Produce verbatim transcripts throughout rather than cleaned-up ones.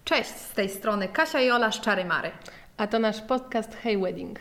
Cześć, z tej strony Kasia i Ola z Czary Mary. A to nasz podcast Hey Wedding.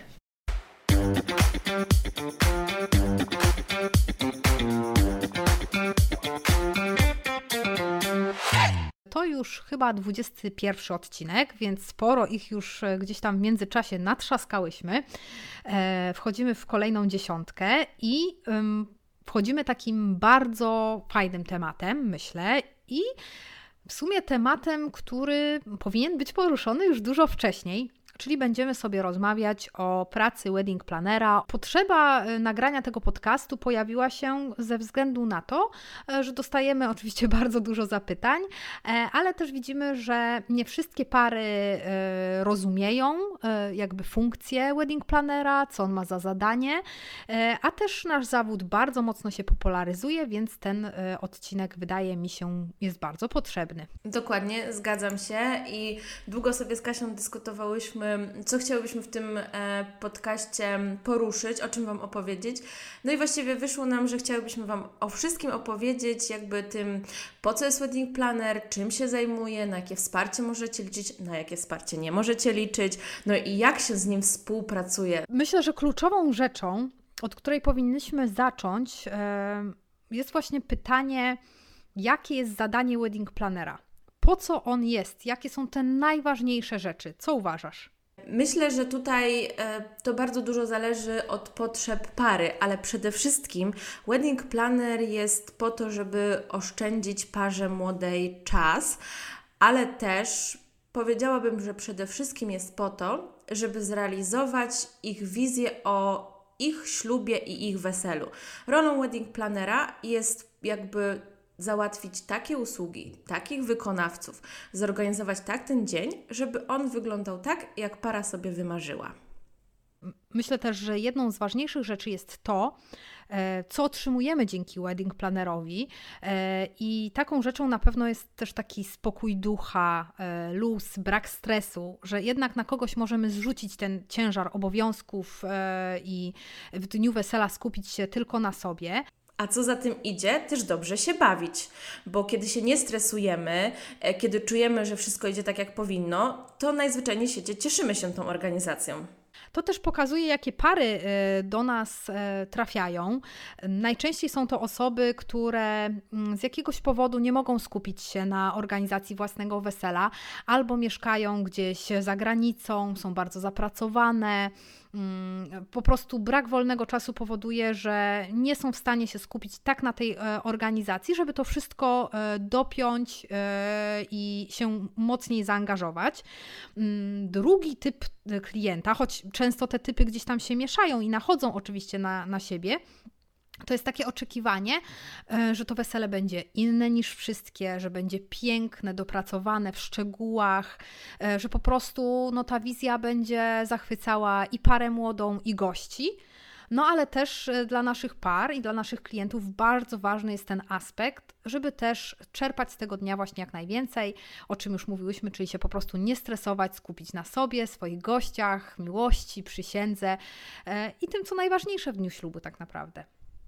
To już chyba dwudziesty pierwszy odcinek, więc sporo ich już gdzieś tam w międzyczasie natrzaskałyśmy. E, wchodzimy w kolejną dziesiątkę i ym, wchodzimy takim bardzo fajnym tematem, myślę, i w sumie tematem, który powinien być poruszony już dużo wcześniej, czyli będziemy sobie rozmawiać o pracy wedding planera. Potrzeba nagrania tego podcastu pojawiła się ze względu na to, że dostajemy oczywiście bardzo dużo zapytań, ale też widzimy, że nie wszystkie pary rozumieją jakby funkcję wedding planera, co on ma za zadanie, a też nasz zawód bardzo mocno się popularyzuje, więc ten odcinek wydaje mi się jest bardzo potrzebny. Dokładnie, zgadzam się i długo sobie z Kasią dyskutowałyśmy, co chciałybyśmy w tym podcaście poruszyć, o czym Wam opowiedzieć. No i właściwie wyszło nam, że chciałybyśmy Wam o wszystkim opowiedzieć, jakby tym, po co jest wedding planner, czym się zajmuje, na jakie wsparcie możecie liczyć, na jakie wsparcie nie możecie liczyć, no i jak się z nim współpracuje. Myślę, że kluczową rzeczą, od której powinnyśmy zacząć, jest właśnie pytanie, jakie jest zadanie wedding planera? Po co on jest? Jakie są te najważniejsze rzeczy? Co uważasz? Myślę, że tutaj e, to bardzo dużo zależy od potrzeb pary, ale przede wszystkim wedding planner jest po to, żeby oszczędzić parze młodej czas, ale też powiedziałabym, że przede wszystkim jest po to, żeby zrealizować ich wizję o ich ślubie i ich weselu. Rolą wedding planera jest jakby załatwić takie usługi, takich wykonawców, zorganizować tak ten dzień, żeby on wyglądał tak, jak para sobie wymarzyła. Myślę też, że jedną z ważniejszych rzeczy jest to, co otrzymujemy dzięki wedding plannerowi, i taką rzeczą na pewno jest też taki spokój ducha, luz, brak stresu, że jednak na kogoś możemy zrzucić ten ciężar obowiązków i w dniu wesela skupić się tylko na sobie. A co za tym idzie, też dobrze się bawić, bo kiedy się nie stresujemy, kiedy czujemy, że wszystko idzie tak, jak powinno, to najzwyczajniej w świecie cieszymy się tą organizacją. To też pokazuje, jakie pary do nas trafiają. Najczęściej są to osoby, które z jakiegoś powodu nie mogą skupić się na organizacji własnego wesela, albo mieszkają gdzieś za granicą, są bardzo zapracowane. Po prostu brak wolnego czasu powoduje, że nie są w stanie się skupić tak na tej organizacji, żeby to wszystko dopiąć i się mocniej zaangażować. Drugi typ klienta, choć często te typy gdzieś tam się mieszają i nachodzą oczywiście na, na siebie, to jest takie oczekiwanie, że to wesele będzie inne niż wszystkie, że będzie piękne, dopracowane w szczegółach, że po prostu no, ta wizja będzie zachwycała i parę młodą, i gości. No ale też dla naszych par i dla naszych klientów bardzo ważny jest ten aspekt, żeby też czerpać z tego dnia właśnie jak najwięcej, o czym już mówiłyśmy, czyli się po prostu nie stresować, skupić na sobie, swoich gościach, miłości, przysiędze i tym, co najważniejsze w dniu ślubu tak naprawdę.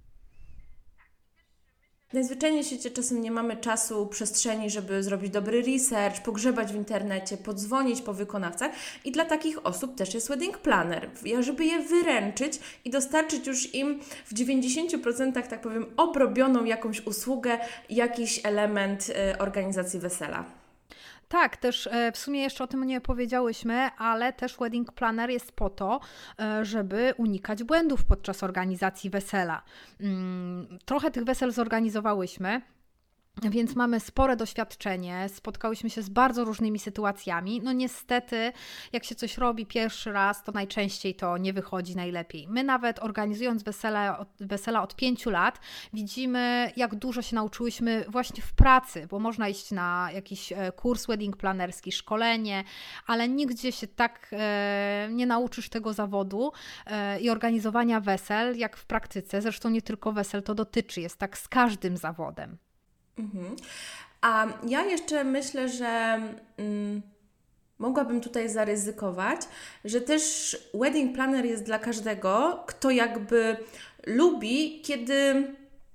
Najzwyczajniej w świecie czasem nie mamy czasu, przestrzeni, żeby zrobić dobry research, pogrzebać w internecie, podzwonić po wykonawcach i dla takich osób też jest wedding planner, żeby je wyręczyć i dostarczyć już im w dziewięćdziesięciu procentach, tak powiem, obrobioną jakąś usługę, jakiś element organizacji wesela. Tak, też w sumie jeszcze o tym nie powiedziałyśmy, ale też wedding planner jest po to, żeby unikać błędów podczas organizacji wesela. Trochę tych wesel zorganizowałyśmy, więc mamy spore doświadczenie, spotkałyśmy się z bardzo różnymi sytuacjami. No niestety, jak się coś robi pierwszy raz, to najczęściej to nie wychodzi najlepiej. My nawet organizując wesele, wesela od pięciu lat, widzimy, jak dużo się nauczyłyśmy właśnie w pracy, bo można iść na jakiś kurs wedding planerski, szkolenie, ale nigdzie się tak e, nie nauczysz tego zawodu e, i organizowania wesel, jak w praktyce. Zresztą nie tylko wesel to dotyczy, jest tak z każdym zawodem. Mhm. A ja jeszcze myślę, że mm, mogłabym tutaj zaryzykować, że też wedding planner jest dla każdego, kto jakby lubi, kiedy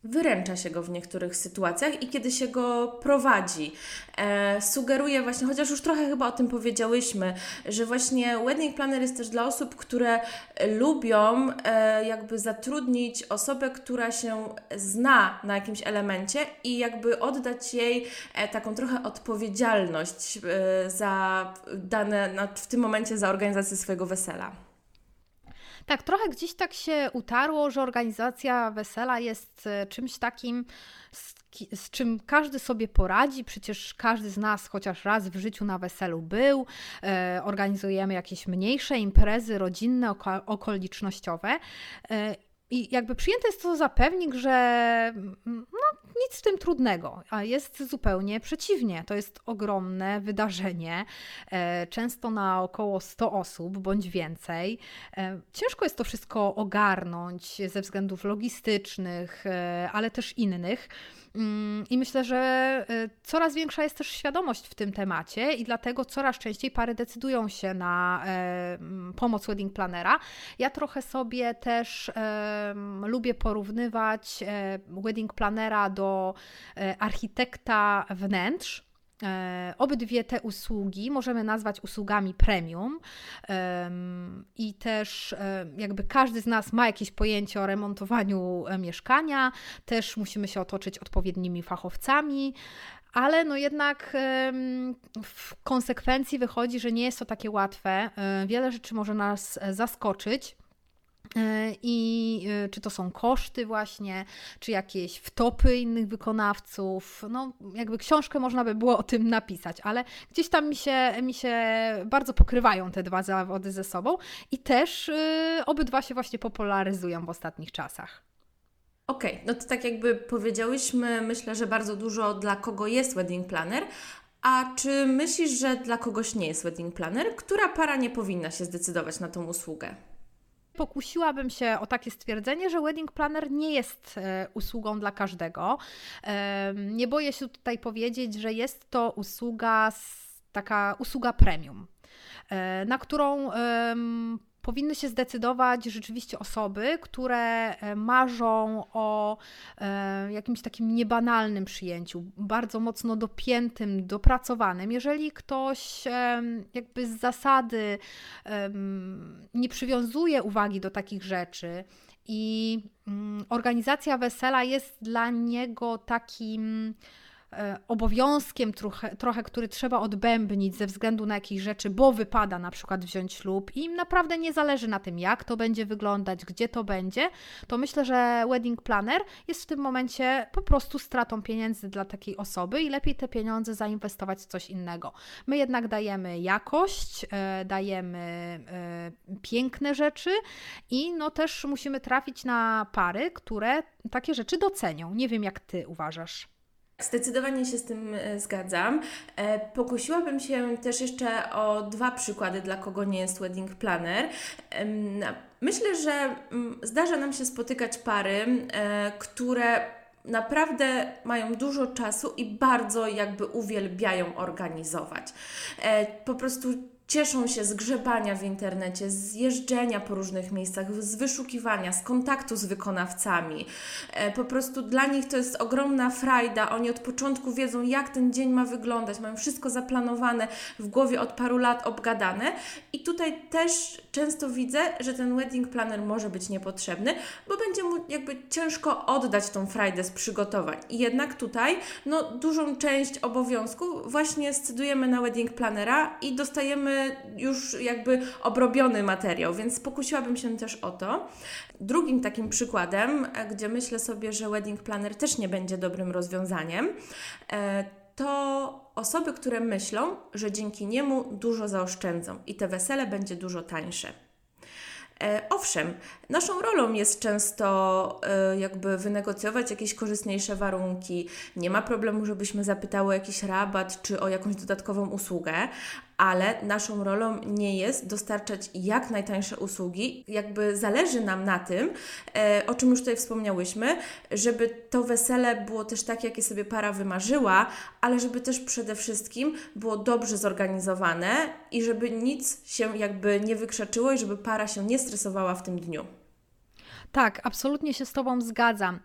wyręcza się go w niektórych sytuacjach i kiedy się go prowadzi. E, sugeruje właśnie, chociaż już trochę chyba o tym powiedziałyśmy, że właśnie wedding planner jest też dla osób, które lubią e, jakby zatrudnić osobę, która się zna na jakimś elemencie i jakby oddać jej e, taką trochę odpowiedzialność e, za dane, na, w tym momencie za organizację swojego wesela. Tak, trochę gdzieś tak się utarło, że organizacja wesela jest czymś takim, z, z czym każdy sobie poradzi. Przecież każdy z nas chociaż raz w życiu na weselu był. E, organizujemy jakieś mniejsze imprezy rodzinne, oko- okolicznościowe. E, I jakby przyjęte jest to za pewnik, że no, nic w tym trudnego, a jest zupełnie przeciwnie. To jest ogromne wydarzenie, e, często na około sto osób bądź więcej. E, ciężko jest to wszystko ogarnąć ze względów logistycznych, e, ale też innych. I myślę, że coraz większa jest też świadomość w tym temacie i dlatego coraz częściej pary decydują się na e, pomoc wedding plannera. Ja trochę sobie też e, lubię porównywać e, wedding plannera do e, architekta wnętrz. E, obydwie te usługi możemy nazwać usługami premium e, i też e, jakby każdy z nas ma jakieś pojęcie o remontowaniu e, mieszkania, też musimy się otoczyć odpowiednimi fachowcami, ale no jednak e, w konsekwencji wychodzi, że nie jest to takie łatwe. E, wiele rzeczy może nas zaskoczyć. I czy to są koszty właśnie, czy jakieś wtopy innych wykonawców, no jakby książkę można by było o tym napisać, ale gdzieś tam mi się, mi się bardzo pokrywają te dwa zawody ze sobą i też yy, obydwa się właśnie popularyzują w ostatnich czasach. Okej, okay, no to tak jakby powiedziałyśmy, myślę, że bardzo dużo dla kogo jest wedding planner, a czy myślisz, że dla kogoś nie jest wedding planner? Która para nie powinna się zdecydować na tą usługę? Pokusiłabym się o takie stwierdzenie, że wedding planner nie jest e, usługą dla każdego. E, nie boję się tutaj powiedzieć, że jest to usługa, taka usługa premium, e, na którą e, powinny się zdecydować rzeczywiście osoby, które marzą o e, jakimś takim niebanalnym przyjęciu, bardzo mocno dopiętym, dopracowanym. Jeżeli ktoś e, jakby z zasady e, nie przywiązuje uwagi do takich rzeczy i mm, organizacja wesela jest dla niego takim obowiązkiem trochę, trochę, który trzeba odbębnić ze względu na jakieś rzeczy, bo wypada na przykład wziąć ślub i im naprawdę nie zależy na tym, jak to będzie wyglądać, gdzie to będzie, to myślę, że wedding planner jest w tym momencie po prostu stratą pieniędzy dla takiej osoby i lepiej te pieniądze zainwestować w coś innego. My jednak dajemy jakość, dajemy piękne rzeczy i no też musimy trafić na pary, które takie rzeczy docenią. Nie wiem, jak Ty uważasz. Zdecydowanie się z tym zgadzam. Pokusiłabym się też jeszcze o dwa przykłady, dla kogo nie jest wedding planner. Myślę, że zdarza nam się spotykać pary, które naprawdę mają dużo czasu i bardzo jakby uwielbiają organizować. Po prostu cieszą się z grzebania w internecie, z jeżdżenia po różnych miejscach, z wyszukiwania, z kontaktu z wykonawcami. E, po prostu dla nich to jest ogromna frajda. Oni od początku wiedzą, jak ten dzień ma wyglądać. Mają wszystko zaplanowane, w głowie od paru lat obgadane. I tutaj też często widzę, że ten wedding planner może być niepotrzebny, bo będzie mu jakby ciężko oddać tą frajdę z przygotowań. I jednak tutaj no, dużą część obowiązku właśnie scedujemy na wedding plannera i dostajemy już jakby obrobiony materiał, więc pokusiłabym się też o to. Drugim takim przykładem, gdzie myślę sobie, że wedding planner też nie będzie dobrym rozwiązaniem, to osoby, które myślą, że dzięki niemu dużo zaoszczędzą i te wesele będzie dużo tańsze. Owszem, naszą rolą jest często jakby wynegocjować jakieś korzystniejsze warunki. Nie ma problemu, żebyśmy zapytały o jakiś rabat czy o jakąś dodatkową usługę, ale naszą rolą nie jest dostarczać jak najtańsze usługi. Jakby zależy nam na tym, o czym już tutaj wspomniałyśmy, żeby to wesele było też takie, jakie sobie para wymarzyła, ale żeby też przede wszystkim było dobrze zorganizowane i żeby nic się jakby nie wykrzaczyło i żeby para się nie stresowała w tym dniu. Tak, absolutnie się z Tobą zgadzam.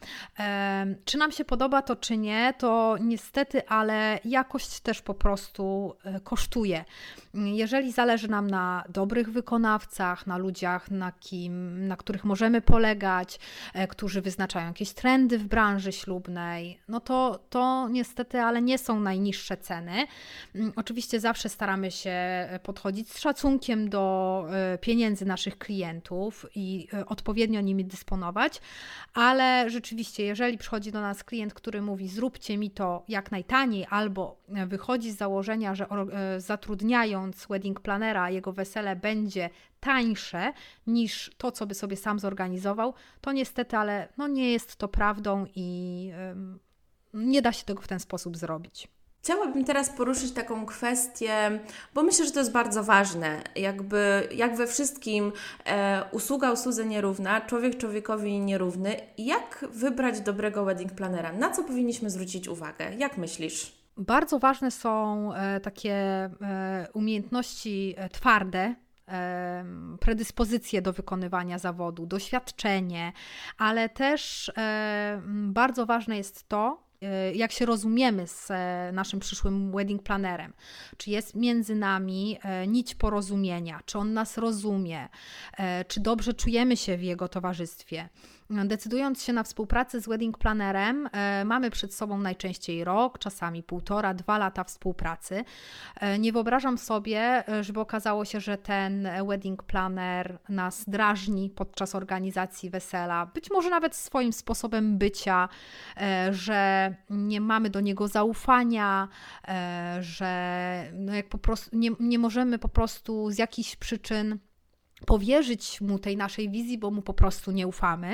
E, czy nam się podoba to, czy nie, to niestety, ale jakość też po prostu e, kosztuje. Jeżeli zależy nam na dobrych wykonawcach, na ludziach, na kim, na których możemy polegać, e, którzy wyznaczają jakieś trendy w branży ślubnej, no to, to niestety, ale nie są najniższe ceny. Mm, Oczywiście zawsze staramy się podchodzić z szacunkiem do e, pieniędzy naszych klientów i e, odpowiednio nimi dysponować, ale rzeczywiście, jeżeli przychodzi do nas klient, który mówi zróbcie mi to jak najtaniej, albo wychodzi z założenia, że e, zatrudniając wedding planera, jego wesele będzie tańsze niż to, co by sobie sam zorganizował, to niestety, ale no nie jest to prawdą i ym, nie da się tego w ten sposób zrobić. Chciałabym teraz poruszyć taką kwestię, bo myślę, że to jest bardzo ważne. Jakby, jak we wszystkim, e, usługa usłudze nierówna, człowiek człowiekowi nierówny. Jak wybrać dobrego wedding planera? Na co powinniśmy zwrócić uwagę? Jak myślisz? Bardzo ważne są e, takie e, umiejętności e, twarde, e, predyspozycje do wykonywania zawodu, doświadczenie, ale też e, bardzo ważne jest to, jak się rozumiemy z naszym przyszłym wedding planerem, czy jest między nami nić porozumienia, czy on nas rozumie, czy dobrze czujemy się w jego towarzystwie. Decydując się na współpracę z wedding planerem, e, mamy przed sobą najczęściej rok, czasami półtora, dwa lata współpracy. E, nie wyobrażam sobie, żeby okazało się, że ten wedding planner nas drażni podczas organizacji wesela, być może nawet swoim sposobem bycia, e, że nie mamy do niego zaufania, e, że no jak po prostu nie, nie możemy po prostu z jakichś przyczyn powierzyć mu tej naszej wizji, bo mu po prostu nie ufamy.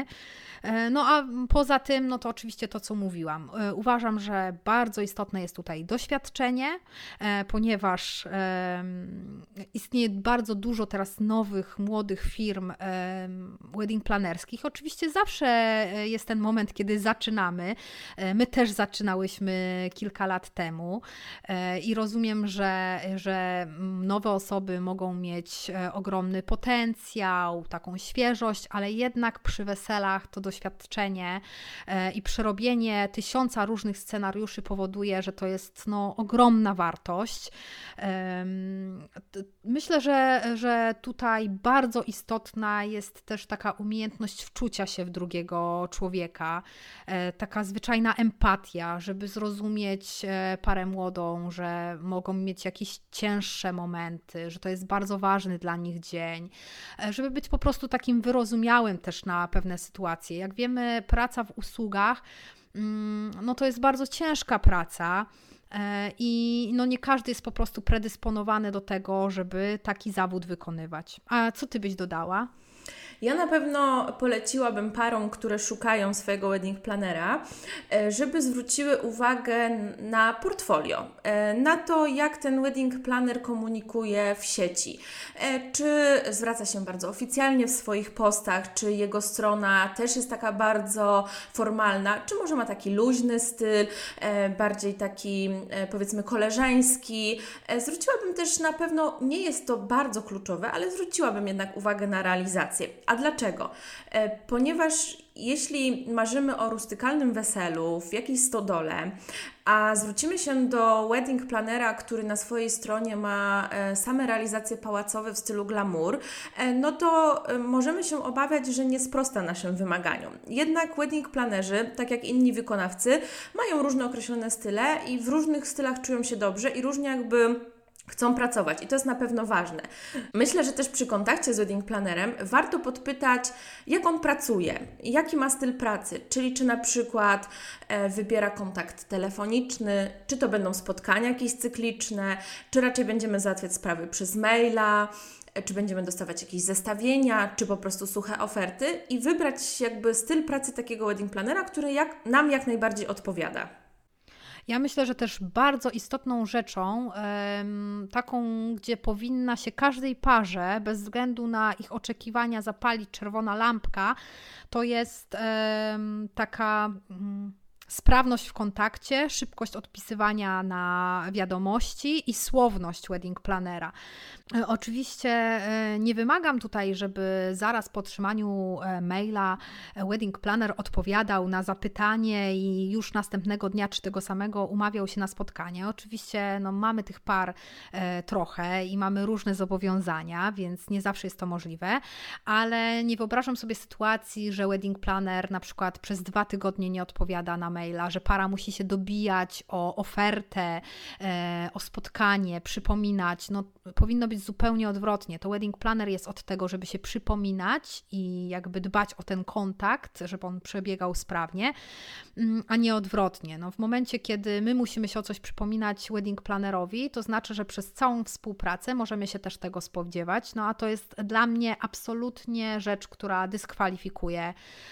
No a poza tym, no to oczywiście to, co mówiłam. Uważam, że bardzo istotne jest tutaj doświadczenie, ponieważ istnieje bardzo dużo teraz nowych, młodych firm wedding planerskich. Oczywiście zawsze jest ten moment, kiedy zaczynamy. My też zaczynałyśmy kilka lat temu i rozumiem, że, że nowe osoby mogą mieć ogromny potencjał, taką świeżość, ale jednak przy weselach to doświadczenie i przerobienie tysiąca różnych scenariuszy powoduje, że to jest no, ogromna wartość. Myślę, że, że tutaj bardzo istotna jest też taka umiejętność wczucia się w drugiego człowieka, taka zwyczajna empatia, żeby zrozumieć parę młodą, że mogą mieć jakieś cięższe momenty, że to jest bardzo ważny dla nich dzień, żeby być po prostu takim wyrozumiałym też na pewne sytuacje. Jak wiemy, praca w usługach, no to jest bardzo ciężka praca i no nie każdy jest po prostu predysponowany do tego, żeby taki zawód wykonywać. A co Ty byś dodała? Ja na pewno poleciłabym parom, które szukają swojego wedding planera, żeby zwróciły uwagę na portfolio, na to, jak ten wedding planner komunikuje w sieci. Czy zwraca się bardzo oficjalnie w swoich postach, czy jego strona też jest taka bardzo formalna, czy może ma taki luźny styl, bardziej taki powiedzmy koleżeński. Zwróciłabym też na pewno, nie jest to bardzo kluczowe, ale zwróciłabym jednak uwagę na realizację. A dlaczego? E, ponieważ jeśli marzymy o rustykalnym weselu w jakiejś stodole, a zwrócimy się do wedding planera, który na swojej stronie ma e, same realizacje pałacowe w stylu glamour, e, no to e, możemy się obawiać, że nie sprosta naszym wymaganiom. Jednak wedding planerzy, tak jak inni wykonawcy, mają różne określone style i w różnych stylach czują się dobrze i różnie jakby chcą pracować i to jest na pewno ważne. Myślę, że też przy kontakcie z wedding planerem warto podpytać, jak on pracuje, jaki ma styl pracy, czyli czy na przykład e, wybiera kontakt telefoniczny, czy to będą spotkania jakieś cykliczne, czy raczej będziemy załatwiać sprawy przez maila, e, czy będziemy dostawać jakieś zestawienia, czy po prostu suche oferty i wybrać jakby styl pracy takiego wedding planera, który jak, nam jak najbardziej odpowiada. Ja myślę, że też bardzo istotną rzeczą, taką, gdzie powinna się każdej parze, bez względu na ich oczekiwania, zapalić czerwona lampka, to jest taka sprawność w kontakcie, szybkość odpisywania na wiadomości i słowność wedding planera. Oczywiście nie wymagam tutaj, żeby zaraz po otrzymaniu maila wedding planner odpowiadał na zapytanie i już następnego dnia czy tego samego umawiał się na spotkanie. Oczywiście no, mamy tych par e, trochę i mamy różne zobowiązania, więc nie zawsze jest to możliwe, ale nie wyobrażam sobie sytuacji, że wedding planner na przykład przez dwa tygodnie nie odpowiada na maila, że para musi się dobijać o ofertę, e, o spotkanie, przypominać. No, powinno być zupełnie odwrotnie. To wedding planner jest od tego, żeby się przypominać i jakby dbać o ten kontakt, żeby on przebiegał sprawnie, a nie odwrotnie. No, w momencie, kiedy my musimy się o coś przypominać wedding plannerowi, to znaczy, że przez całą współpracę możemy się też tego spodziewać, no a to jest dla mnie absolutnie rzecz, która dyskwalifikuje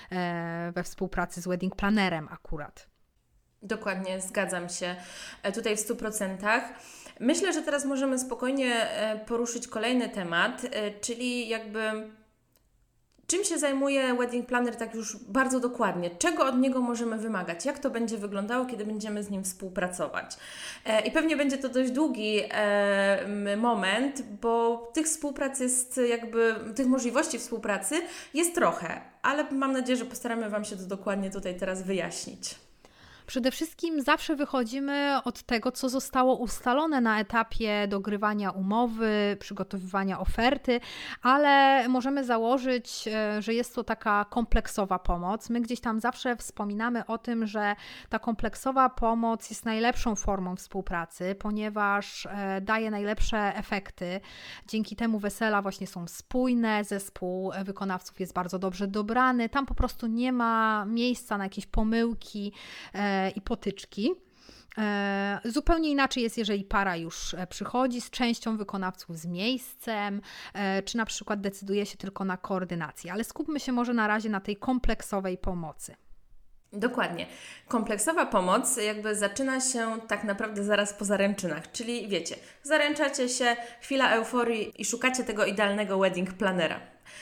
we współpracy z wedding plannerem akurat. Dokładnie, zgadzam się tutaj w stu procentach. Myślę, że teraz możemy spokojnie poruszyć kolejny temat, czyli jakby czym się zajmuje wedding planner tak już bardzo dokładnie, czego od niego możemy wymagać, jak to będzie wyglądało, kiedy będziemy z nim współpracować. I pewnie będzie to dość długi moment, bo tych współpracy jest jakby, tych możliwości współpracy jest trochę, ale mam nadzieję, że postaramy Wam się to dokładnie tutaj teraz wyjaśnić. Przede wszystkim zawsze wychodzimy od tego, co zostało ustalone na etapie dogrywania umowy, przygotowywania oferty, ale możemy założyć, że jest to taka kompleksowa pomoc. My gdzieś tam zawsze wspominamy o tym, że ta kompleksowa pomoc jest najlepszą formą współpracy, ponieważ daje najlepsze efekty. Dzięki temu wesela właśnie są spójne, zespół wykonawców jest bardzo dobrze dobrany, tam po prostu nie ma miejsca na jakieś pomyłki i potyczki. Zupełnie inaczej jest, jeżeli para już przychodzi z częścią wykonawców, z miejscem, czy na przykład decyduje się tylko na koordynację, ale skupmy się może na razie na tej kompleksowej pomocy. Dokładnie. Kompleksowa pomoc jakby zaczyna się tak naprawdę zaraz po zaręczynach, czyli wiecie, zaręczacie się, chwila euforii i szukacie tego idealnego wedding planera.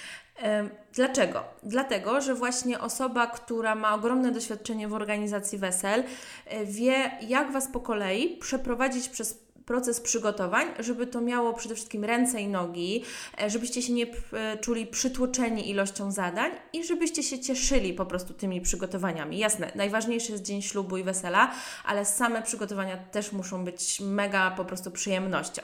Dlaczego? Dlatego, że właśnie osoba, która ma ogromne doświadczenie w organizacji wesel, wie, jak Was po kolei przeprowadzić przez proces przygotowań, żeby to miało przede wszystkim ręce i nogi, żebyście się nie czuli przytłoczeni ilością zadań i żebyście się cieszyli po prostu tymi przygotowaniami. Jasne, najważniejszy jest dzień ślubu i wesela, ale same przygotowania też muszą być mega po prostu przyjemnością.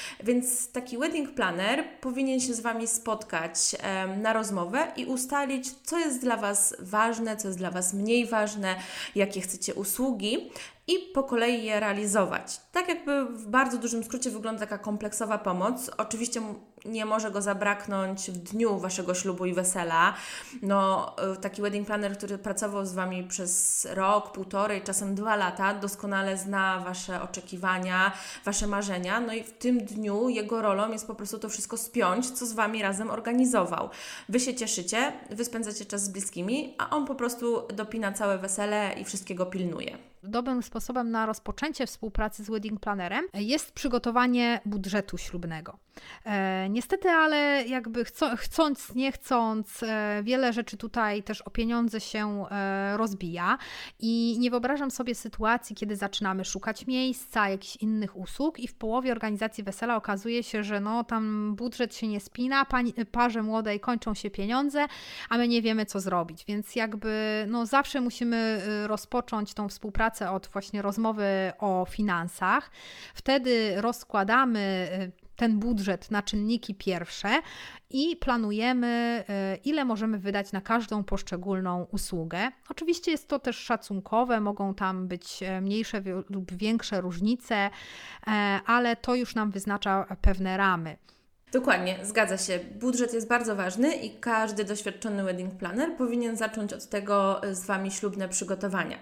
Więc taki wedding planner powinien się z Wami spotkać na rozmowę i ustalić, co jest dla Was ważne, co jest dla Was mniej ważne, jakie chcecie usługi, i po kolei je realizować. Tak jakby w bardzo dużym skrócie wygląda taka kompleksowa pomoc. Oczywiście nie może go zabraknąć w dniu Waszego ślubu i wesela. No, taki wedding planner, który pracował z Wami przez rok, półtorej, czasem dwa lata, doskonale zna Wasze oczekiwania, Wasze marzenia. No i w tym dniu jego rolą jest po prostu to wszystko spiąć, co z Wami razem organizował. Wy się cieszycie, Wy spędzacie czas z bliskimi, a on po prostu dopina całe wesele i wszystkiego pilnuje. Dobrym sposobem na rozpoczęcie współpracy z wedding plannerem jest przygotowanie budżetu ślubnego. E, niestety, ale jakby chcą, chcąc, nie chcąc, e, wiele rzeczy tutaj też o pieniądze się e, rozbija i nie wyobrażam sobie sytuacji, kiedy zaczynamy szukać miejsca, jakichś innych usług i w połowie organizacji wesela okazuje się, że no tam budżet się nie spina, pani, parze młodej kończą się pieniądze, a my nie wiemy, co zrobić, więc jakby no zawsze musimy rozpocząć tą współpracę od właśnie rozmowy o finansach. Wtedy rozkładamy ten budżet na czynniki pierwsze i planujemy, ile możemy wydać na każdą poszczególną usługę. Oczywiście jest to też szacunkowe, mogą tam być mniejsze lub większe różnice, ale to już nam wyznacza pewne ramy. Dokładnie, zgadza się. Budżet jest bardzo ważny i każdy doświadczony wedding planner powinien zacząć od tego z Wami ślubne przygotowania.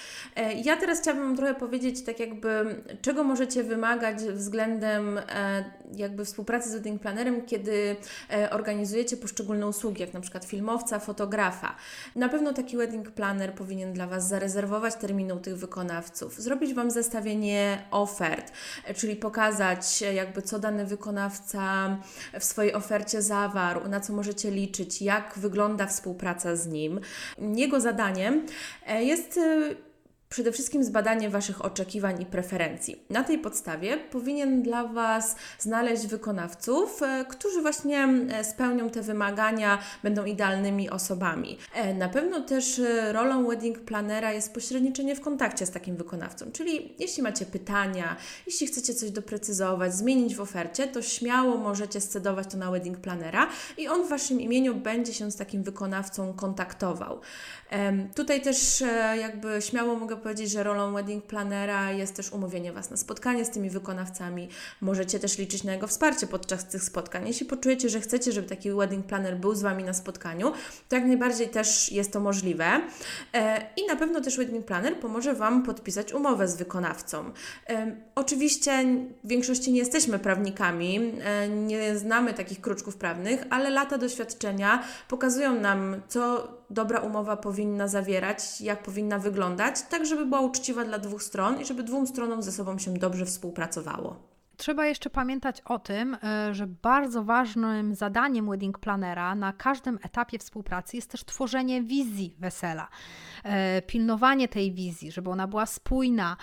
Ja teraz chciałabym trochę powiedzieć, tak jakby, czego możecie wymagać względem jakby współpracy z wedding plannerem, kiedy organizujecie poszczególne usługi, jak na przykład filmowca, fotografa. Na pewno taki wedding planner powinien dla Was zarezerwować terminy u tych wykonawców, zrobić Wam zestawienie ofert, czyli pokazać jakby, co dany wykonawca w swojej ofercie zawarł, na co możecie liczyć, jak wygląda współpraca z nim. Jego zadaniem jest Przede wszystkim zbadanie Waszych oczekiwań i preferencji. Na tej podstawie powinien dla Was znaleźć wykonawców, którzy właśnie spełnią te wymagania, będą idealnymi osobami. Na pewno też rolą wedding planera jest pośredniczenie w kontakcie z takim wykonawcą, czyli jeśli macie pytania, jeśli chcecie coś doprecyzować, zmienić w ofercie, to śmiało możecie scedować to na wedding planera i on w Waszym imieniu będzie się z takim wykonawcą kontaktował. Tutaj też jakby śmiało mogę powiedzieć, że rolą wedding planera jest też umówienie Was na spotkanie z tymi wykonawcami. Możecie też liczyć na jego wsparcie podczas tych spotkań. Jeśli poczujecie, że chcecie, żeby taki wedding planner był z Wami na spotkaniu, to jak najbardziej też jest to możliwe. I na pewno też wedding planner pomoże Wam podpisać umowę z wykonawcą. Oczywiście w większości nie jesteśmy prawnikami, nie znamy takich kruczków prawnych, ale lata doświadczenia pokazują nam, co dobra umowa powinna zawierać, jak powinna wyglądać, tak żeby była uczciwa dla dwóch stron i żeby dwóm stronom ze sobą się dobrze współpracowało. Trzeba jeszcze pamiętać o tym, że bardzo ważnym zadaniem wedding planera na każdym etapie współpracy jest też tworzenie wizji wesela. Pilnowanie tej wizji, żeby ona była spójna.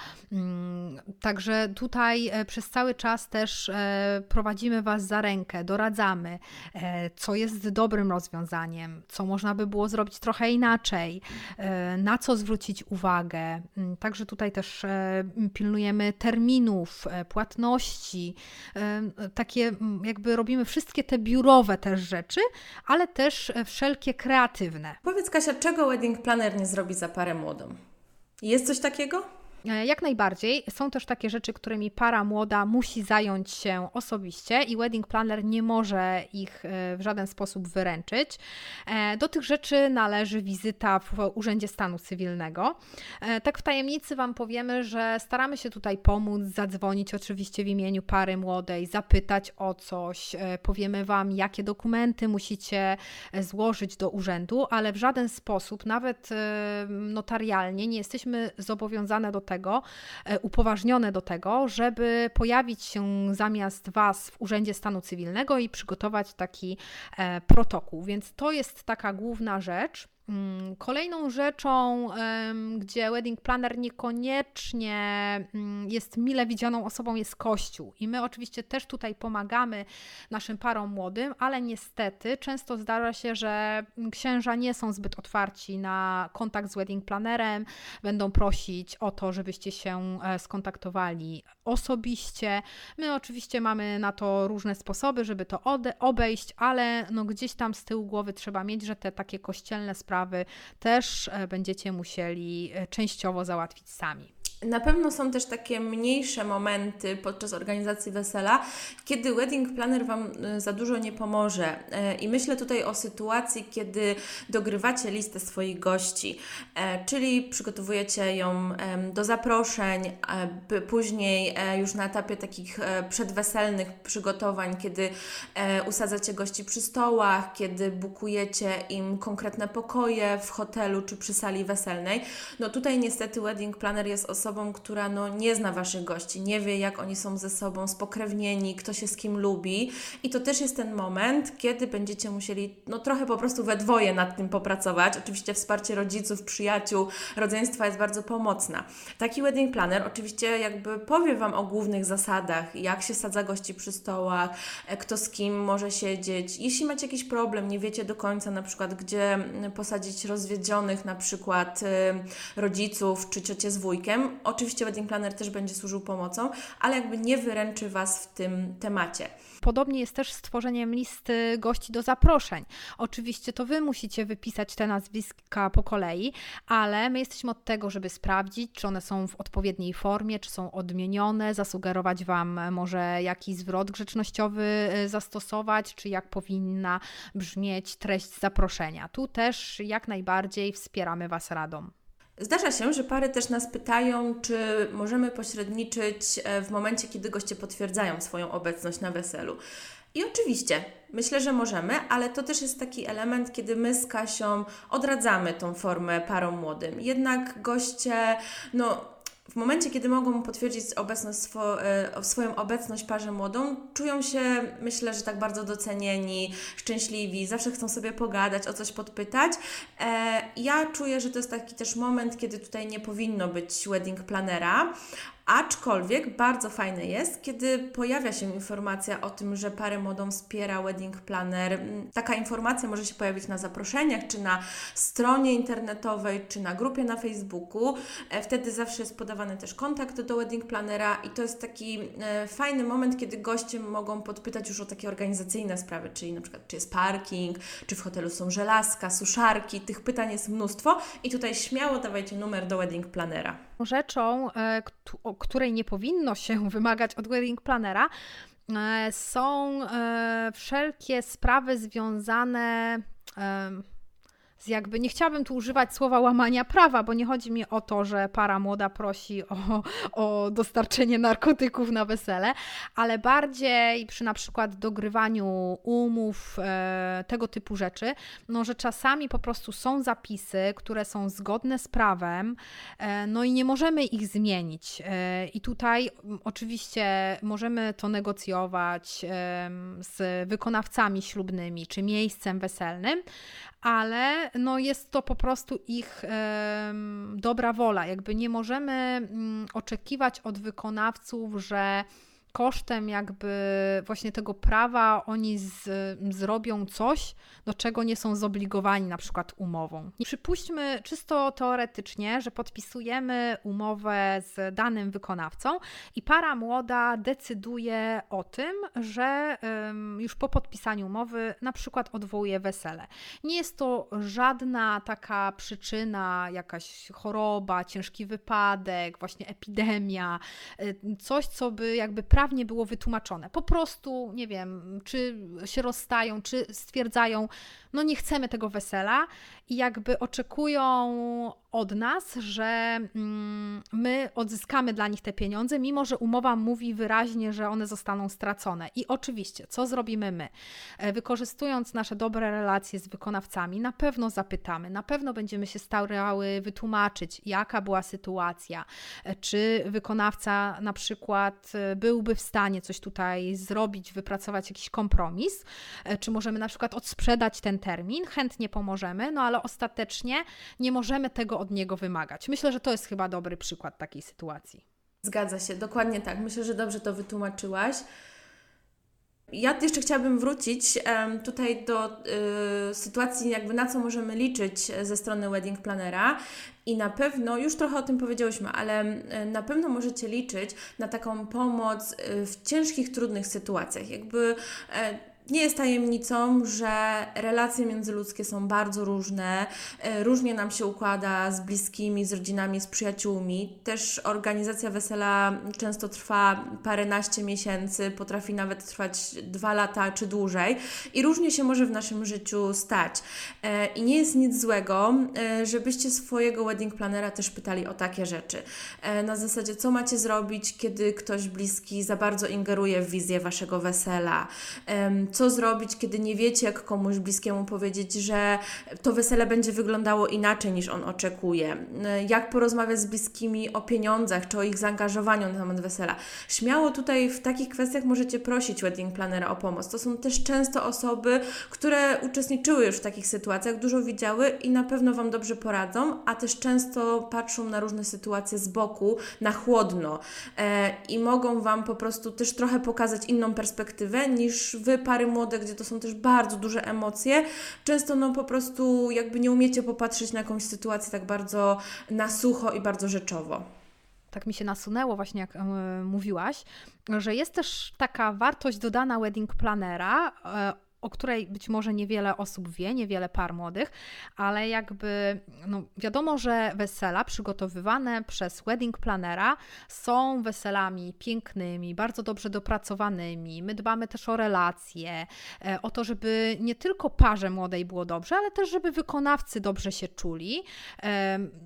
Także tutaj przez cały czas też prowadzimy Was za rękę, doradzamy, co jest dobrym rozwiązaniem, co można by było zrobić trochę inaczej, na co zwrócić uwagę. Także tutaj też pilnujemy terminów, płatności, takie jakby robimy wszystkie te biurowe też rzeczy, ale też wszelkie kreatywne. Powiedz, Kasia, czego wedding planner nie zrobi za parę młodą? Jest coś takiego? Jak najbardziej. Są też takie rzeczy, którymi para młoda musi zająć się osobiście i wedding planner nie może ich w żaden sposób wyręczyć. Do tych rzeczy należy wizyta w Urzędzie Stanu Cywilnego. Tak w tajemnicy Wam powiemy, że staramy się tutaj pomóc, zadzwonić oczywiście w imieniu pary młodej, zapytać o coś, powiemy Wam, jakie dokumenty musicie złożyć do urzędu, ale w żaden sposób, nawet notarialnie, nie jesteśmy zobowiązane do tego, upoważnione do tego, żeby pojawić się zamiast Was w Urzędzie Stanu Cywilnego i przygotować taki e, protokół. Więc to jest taka główna rzecz. Kolejną rzeczą, gdzie wedding planner niekoniecznie jest mile widzianą osobą, jest Kościół. I my oczywiście też tutaj pomagamy naszym parom młodym, ale niestety często zdarza się, że księża nie są zbyt otwarci na kontakt z wedding plannerem, będą prosić o to, żebyście się skontaktowali osobiście. My oczywiście mamy na to różne sposoby, żeby to ode- obejść, ale no gdzieś tam z tyłu głowy trzeba mieć, że te takie kościelne sprawy też będziecie musieli częściowo załatwić sami. Na pewno są też takie mniejsze momenty podczas organizacji wesela, kiedy wedding planner Wam za dużo nie pomoże. I myślę tutaj o sytuacji, kiedy dogrywacie listę swoich gości, czyli przygotowujecie ją do zaproszeń, później już na etapie takich przedweselnych przygotowań, kiedy usadzacie gości przy stołach, kiedy bukujecie im konkretne pokoje w hotelu czy przy sali weselnej. No tutaj niestety wedding planner jest osobą, która no, nie zna Waszych gości, nie wie, jak oni są ze sobą spokrewnieni, kto się z kim lubi i to też jest ten moment, kiedy będziecie musieli no, trochę po prostu we dwoje nad tym popracować. Oczywiście wsparcie rodziców, przyjaciół, rodzeństwa jest bardzo pomocna. Taki wedding planner oczywiście jakby powie Wam o głównych zasadach, jak się sadza gości przy stołach, kto z kim może siedzieć. Jeśli macie jakiś problem, nie wiecie do końca na przykład, gdzie posadzić rozwiedzionych na przykład rodziców czy ciocię z wujkiem, oczywiście wedding planner też będzie służył pomocą, ale jakby nie wyręczy Was w tym temacie. Podobnie jest też z tworzeniem listy gości do zaproszeń. Oczywiście to Wy musicie wypisać te nazwiska po kolei, ale my jesteśmy od tego, żeby sprawdzić, czy one są w odpowiedniej formie, czy są odmienione, zasugerować Wam może jakiś zwrot grzecznościowy zastosować, czy jak powinna brzmieć treść zaproszenia. Tu też jak najbardziej wspieramy Was radą. Zdarza się, że pary też nas pytają, czy możemy pośredniczyć w momencie, kiedy goście potwierdzają swoją obecność na weselu. I oczywiście, myślę, że możemy, ale to też jest taki element, kiedy my z Kasią odradzamy tą formę parom młodym. Jednak goście, no w momencie, kiedy mogą potwierdzić obecność swo, swoją obecność parze młodą, czują się, myślę, że tak bardzo docenieni, szczęśliwi, zawsze chcą sobie pogadać, o coś podpytać. Ja czuję, że to jest taki też moment, kiedy tutaj nie powinno być wedding planera. Aczkolwiek bardzo fajne jest, kiedy pojawia się informacja o tym, że parę młodą wspiera wedding planner. Taka informacja może się pojawić na zaproszeniach, czy na stronie internetowej, czy na grupie na Facebooku. Wtedy zawsze jest podawany też kontakt do wedding plannera i to jest taki fajny moment, kiedy goście mogą podpytać już o takie organizacyjne sprawy, czyli na przykład czy jest parking, czy w hotelu są żelazka, suszarki. Tych pytań jest mnóstwo i tutaj śmiało dawajcie numer do wedding plannera. Rzeczą, o której nie powinno się wymagać od wedding plannera, są wszelkie sprawy związane z jakby, nie chciałabym tu używać słowa łamania prawa, bo nie chodzi mi o to, że para młoda prosi o, o dostarczenie narkotyków na wesele, ale bardziej przy na przykład dogrywaniu umów, e, tego typu rzeczy, no że czasami po prostu są zapisy, które są zgodne z prawem, e, no i nie możemy ich zmienić. E, I tutaj m, oczywiście możemy to negocjować e, z wykonawcami ślubnymi czy miejscem weselnym, ale no jest to po prostu ich e, dobra wola. Jakby nie możemy m, oczekiwać od wykonawców, że kosztem jakby właśnie tego prawa oni z, zrobią coś, do czego nie są zobligowani na przykład umową. I przypuśćmy czysto teoretycznie, że podpisujemy umowę z danym wykonawcą i para młoda decyduje o tym, że um, już po podpisaniu umowy na przykład odwołuje wesele. Nie jest to żadna taka przyczyna, jakaś choroba, ciężki wypadek, właśnie epidemia, coś, co by jakby prawnie było wytłumaczone. Po prostu, nie wiem, czy się rozstają, czy stwierdzają, no nie chcemy tego wesela i jakby oczekują od nas, że my odzyskamy dla nich te pieniądze, mimo że umowa mówi wyraźnie, że one zostaną stracone. I oczywiście, co zrobimy my? Wykorzystując nasze dobre relacje z wykonawcami, na pewno zapytamy, na pewno będziemy się starały wytłumaczyć, jaka była sytuacja, czy wykonawca na przykład byłby w stanie coś tutaj zrobić, wypracować jakiś kompromis, czy możemy na przykład odsprzedać ten termin, chętnie pomożemy, no ale ostatecznie nie możemy tego od niego wymagać. Myślę, że to jest chyba dobry przykład takiej sytuacji. Zgadza się, dokładnie tak. Myślę, że dobrze to wytłumaczyłaś. Ja jeszcze chciałabym wrócić um, tutaj do y, sytuacji, jakby na co możemy liczyć ze strony wedding plannera i na pewno, już trochę o tym powiedziałyśmy, ale y, na pewno możecie liczyć na taką pomoc y, w ciężkich, trudnych sytuacjach. Jakby y, nie jest tajemnicą, że relacje międzyludzkie są bardzo różne, różnie nam się układa z bliskimi, z rodzinami, z przyjaciółmi. Też organizacja wesela często trwa paręnaście miesięcy, potrafi nawet trwać dwa lata czy dłużej i różnie się może w naszym życiu stać. I nie jest nic złego, żebyście swojego wedding plannera też pytali o takie rzeczy. Na zasadzie, co macie zrobić, kiedy ktoś bliski za bardzo ingeruje w wizję waszego wesela, co zrobić, kiedy nie wiecie, jak komuś bliskiemu powiedzieć, że to wesele będzie wyglądało inaczej niż on oczekuje. Jak porozmawiać z bliskimi o pieniądzach, czy o ich zaangażowaniu na temat wesela. Śmiało tutaj w takich kwestiach możecie prosić wedding plannera o pomoc. To są też często osoby, które uczestniczyły już w takich sytuacjach, dużo widziały i na pewno Wam dobrze poradzą, a też często patrzą na różne sytuacje z boku, na chłodno e, i mogą Wam po prostu też trochę pokazać inną perspektywę niż Wy, pary młode, gdzie to są też bardzo duże emocje. Często no po prostu jakby nie umiecie popatrzeć na jakąś sytuację tak bardzo na sucho i bardzo rzeczowo. Tak mi się nasunęło właśnie, jak y, mówiłaś, że jest też taka wartość dodana wedding plannera, y, o której być może niewiele osób wie, niewiele par młodych, ale jakby no wiadomo, że wesela przygotowywane przez wedding plannera są weselami pięknymi, bardzo dobrze dopracowanymi. My dbamy też o relacje, o to, żeby nie tylko parze młodej było dobrze, ale też żeby wykonawcy dobrze się czuli.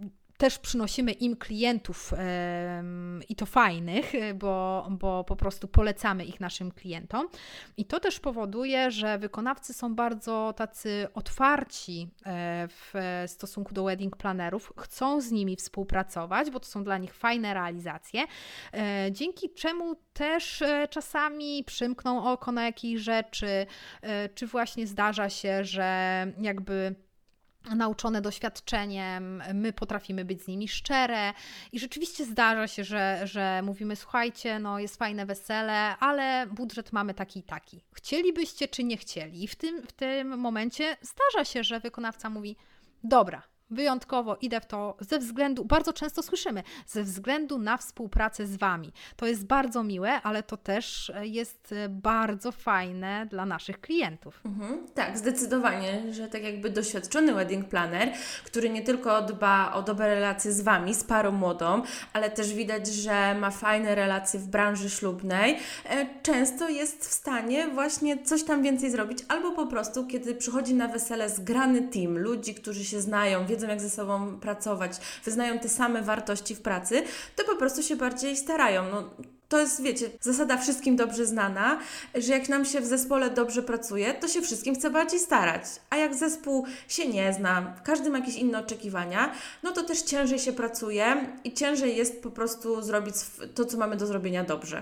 też przynosimy im klientów i to fajnych, bo, bo po prostu polecamy ich naszym klientom. I to też powoduje, że wykonawcy są bardzo tacy otwarci w stosunku do wedding planerów, chcą z nimi współpracować, bo to są dla nich fajne realizacje, dzięki czemu też czasami przymkną oko na jakieś rzeczy, czy właśnie zdarza się, że jakby nauczone doświadczeniem, my potrafimy być z nimi szczere i rzeczywiście zdarza się, że, że mówimy, słuchajcie, no jest fajne wesele, ale budżet mamy taki i taki. Chcielibyście czy nie chcieli? I w tym, w tym momencie zdarza się, że wykonawca mówi, dobra, wyjątkowo idę w to ze względu, bardzo często słyszymy, ze względu na współpracę z Wami. To jest bardzo miłe, ale to też jest bardzo fajne dla naszych klientów. Mhm, tak, zdecydowanie, że tak jakby doświadczony wedding planner, który nie tylko dba o dobre relacje z Wami, z parą młodą, ale też widać, że ma fajne relacje w branży ślubnej, często jest w stanie właśnie coś tam więcej zrobić, albo po prostu, kiedy przychodzi na wesele zgrany team, ludzi, którzy się znają, wiedzą jak ze sobą pracować, wyznają te same wartości w pracy, to po prostu się bardziej starają. No, to jest, wiecie, zasada wszystkim dobrze znana, że jak nam się w zespole dobrze pracuje, to się wszystkim chce bardziej starać. A jak zespół się nie zna, każdy ma jakieś inne oczekiwania, no to też ciężej się pracuje i ciężej jest po prostu zrobić to, co mamy do zrobienia dobrze.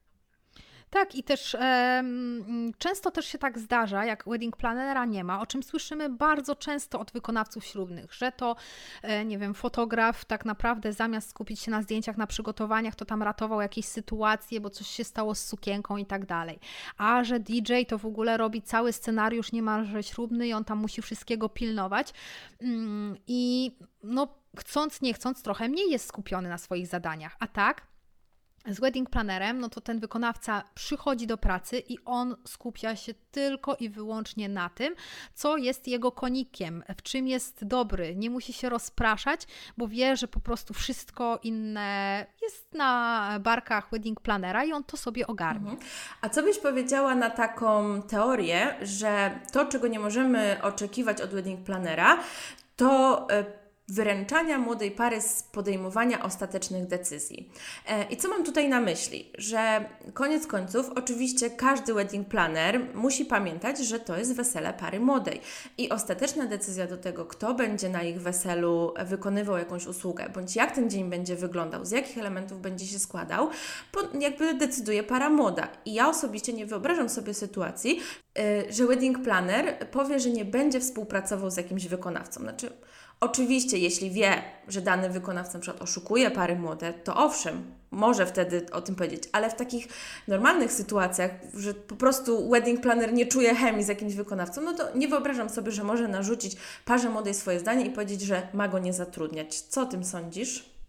Tak i też e, często też się tak zdarza, jak wedding planera nie ma, o czym słyszymy bardzo często od wykonawców ślubnych, że to, e, nie wiem, fotograf tak naprawdę zamiast skupić się na zdjęciach, na przygotowaniach, to tam ratował jakieś sytuacje, bo coś się stało z sukienką i tak dalej. A że D J to w ogóle robi cały scenariusz niemalże ślubny i on tam musi wszystkiego pilnować mm, i no chcąc, nie chcąc, trochę mniej jest skupiony na swoich zadaniach, a tak z wedding planerem, no to ten wykonawca przychodzi do pracy i on skupia się tylko i wyłącznie na tym, co jest jego konikiem, w czym jest dobry. Nie musi się rozpraszać, bo wie, że po prostu wszystko inne jest na barkach wedding planera i on to sobie ogarnie. Mhm. A co byś powiedziała na taką teorię, że to, czego nie możemy oczekiwać od wedding planera, to wyręczania młodej pary z podejmowania ostatecznych decyzji. I co mam tutaj na myśli? Że koniec końców oczywiście każdy wedding planner musi pamiętać, że to jest wesele pary młodej i ostateczna decyzja do tego, kto będzie na ich weselu wykonywał jakąś usługę, bądź jak ten dzień będzie wyglądał, z jakich elementów będzie się składał, jakby decyduje para młoda. I ja osobiście nie wyobrażam sobie sytuacji, że wedding planner powie, że nie będzie współpracował z jakimś wykonawcą. Znaczy, oczywiście, jeśli wie, że dany wykonawca na przykład oszukuje pary młode, to owszem, może wtedy o tym powiedzieć, ale w takich normalnych sytuacjach, że po prostu wedding planner nie czuje chemii z jakimś wykonawcą, no to nie wyobrażam sobie, że może narzucić parze młodej swoje zdanie i powiedzieć, że ma go nie zatrudniać. Co o tym sądzisz?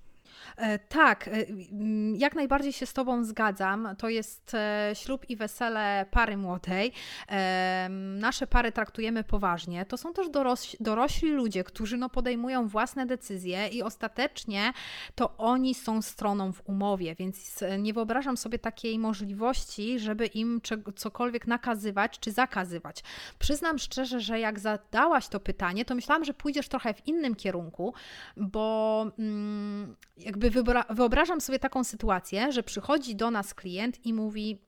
Tak, jak najbardziej się z Tobą zgadzam. To jest ślub i wesele pary młodej. Nasze pary traktujemy poważnie. To są też doroś- dorośli ludzie, którzy no podejmują własne decyzje i ostatecznie to oni są stroną w umowie, więc nie wyobrażam sobie takiej możliwości, żeby im cokolwiek nakazywać czy zakazywać. Przyznam szczerze, że jak zadałaś to pytanie, to myślałam, że pójdziesz trochę w innym kierunku, bo mm, jakby wyobrażam sobie taką sytuację, że przychodzi do nas klient i mówi: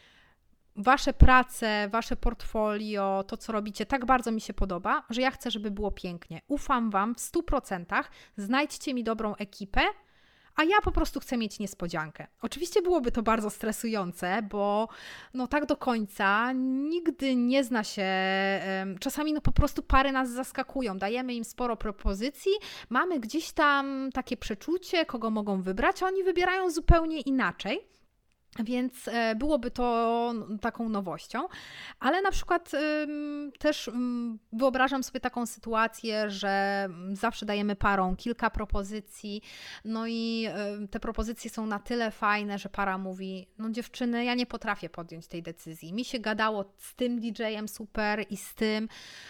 wasze prace, wasze portfolio, to co robicie, tak bardzo mi się podoba, że ja chcę, żeby było pięknie. Ufam Wam w stu procentach, znajdźcie mi dobrą ekipę, a ja po prostu chcę mieć niespodziankę. Oczywiście byłoby to bardzo stresujące, bo no tak do końca nigdy nie zna się, czasami no po prostu pary nas zaskakują, dajemy im sporo propozycji, mamy gdzieś tam takie przeczucie, kogo mogą wybrać, a oni wybierają zupełnie inaczej. Więc byłoby to taką nowością, ale na przykład ym, też ym, wyobrażam sobie taką sytuację, że zawsze dajemy parom kilka propozycji, no i y, te propozycje są na tyle fajne, że para mówi: no dziewczyny, ja nie potrafię podjąć tej decyzji, mi się gadało z tym D J-em super i z tym,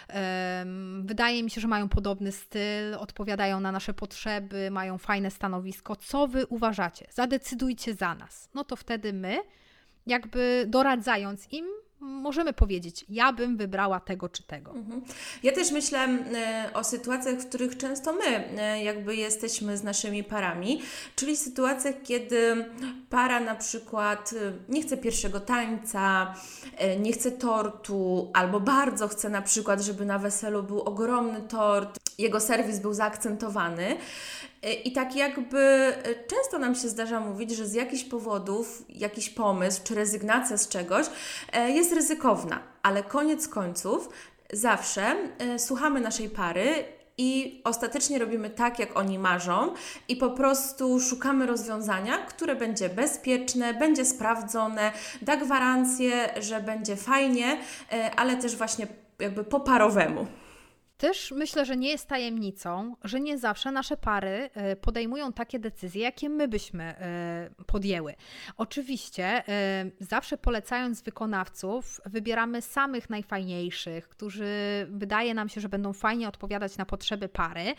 ym, wydaje mi się, że mają podobny styl, odpowiadają na nasze potrzeby, mają fajne stanowisko, co Wy uważacie? Zadecydujcie za nas. No to wtedy my, jakby doradzając im, możemy powiedzieć, ja bym wybrała tego czy tego. Mhm. Ja też myślę e, o sytuacjach, w których często my e, jakby jesteśmy z naszymi parami, czyli sytuacjach, kiedy para na przykład e, nie chce pierwszego tańca, e, nie chce tortu, albo bardzo chce na przykład, żeby na weselu był ogromny tort, jego serwis był zaakcentowany. I tak jakby często nam się zdarza mówić, że z jakichś powodów jakiś pomysł czy rezygnacja z czegoś jest ryzykowna, ale koniec końców zawsze słuchamy naszej pary i ostatecznie robimy tak, jak oni marzą i po prostu szukamy rozwiązania, które będzie bezpieczne, będzie sprawdzone, da gwarancję, że będzie fajnie, ale też właśnie jakby po parowemu. Też myślę, że nie jest tajemnicą, że nie zawsze nasze pary podejmują takie decyzje, jakie my byśmy podjęły. Oczywiście zawsze polecając wykonawców, wybieramy samych najfajniejszych, którzy wydaje nam się, że będą fajnie odpowiadać na potrzeby pary,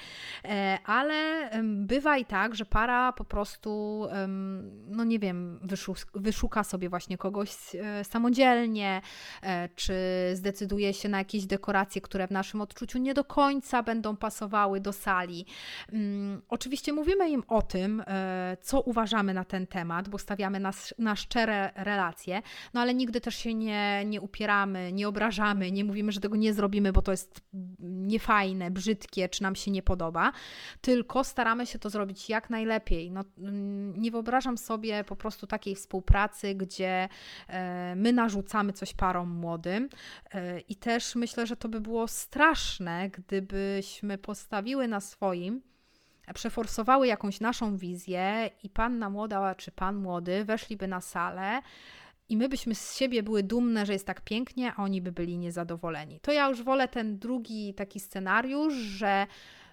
ale bywa i tak, że para po prostu, no nie wiem, wyszuka sobie właśnie kogoś samodzielnie, czy zdecyduje się na jakieś dekoracje, które w naszym odczuciu nie do końca będą pasowały do sali. Um, oczywiście mówimy im o tym, e, co uważamy na ten temat, bo stawiamy na, na szczere relacje, no ale nigdy też się nie, nie upieramy, nie obrażamy, nie mówimy, że tego nie zrobimy, bo to jest niefajne, brzydkie, czy nam się nie podoba, tylko staramy się to zrobić jak najlepiej. No, nie wyobrażam sobie po prostu takiej współpracy, gdzie e, my narzucamy coś parom młodym e, i też myślę, że to by było straszne, gdybyśmy postawiły na swoim, przeforsowały jakąś naszą wizję i panna młoda czy pan młody weszliby na salę i my byśmy z siebie były dumne, że jest tak pięknie, a oni by byli niezadowoleni. To ja już wolę ten drugi taki scenariusz, że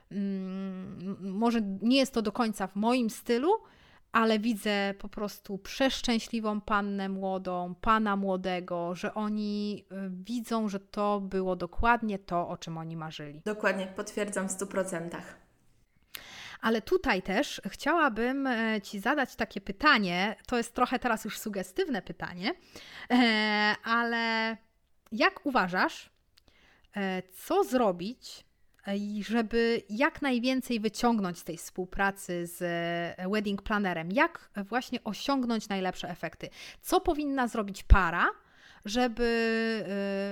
mm, może nie jest to do końca w moim stylu, ale widzę po prostu przeszczęśliwą pannę młodą, pana młodego, że oni widzą, że to było dokładnie to, o czym oni marzyli. Dokładnie, potwierdzam w stu procentach. Ale tutaj też chciałabym Ci zadać takie pytanie, to jest trochę teraz już sugestywne pytanie, ale jak uważasz, co zrobić, i żeby jak najwięcej wyciągnąć z tej współpracy z wedding plannerem, jak właśnie osiągnąć najlepsze efekty? Co powinna zrobić para, żeby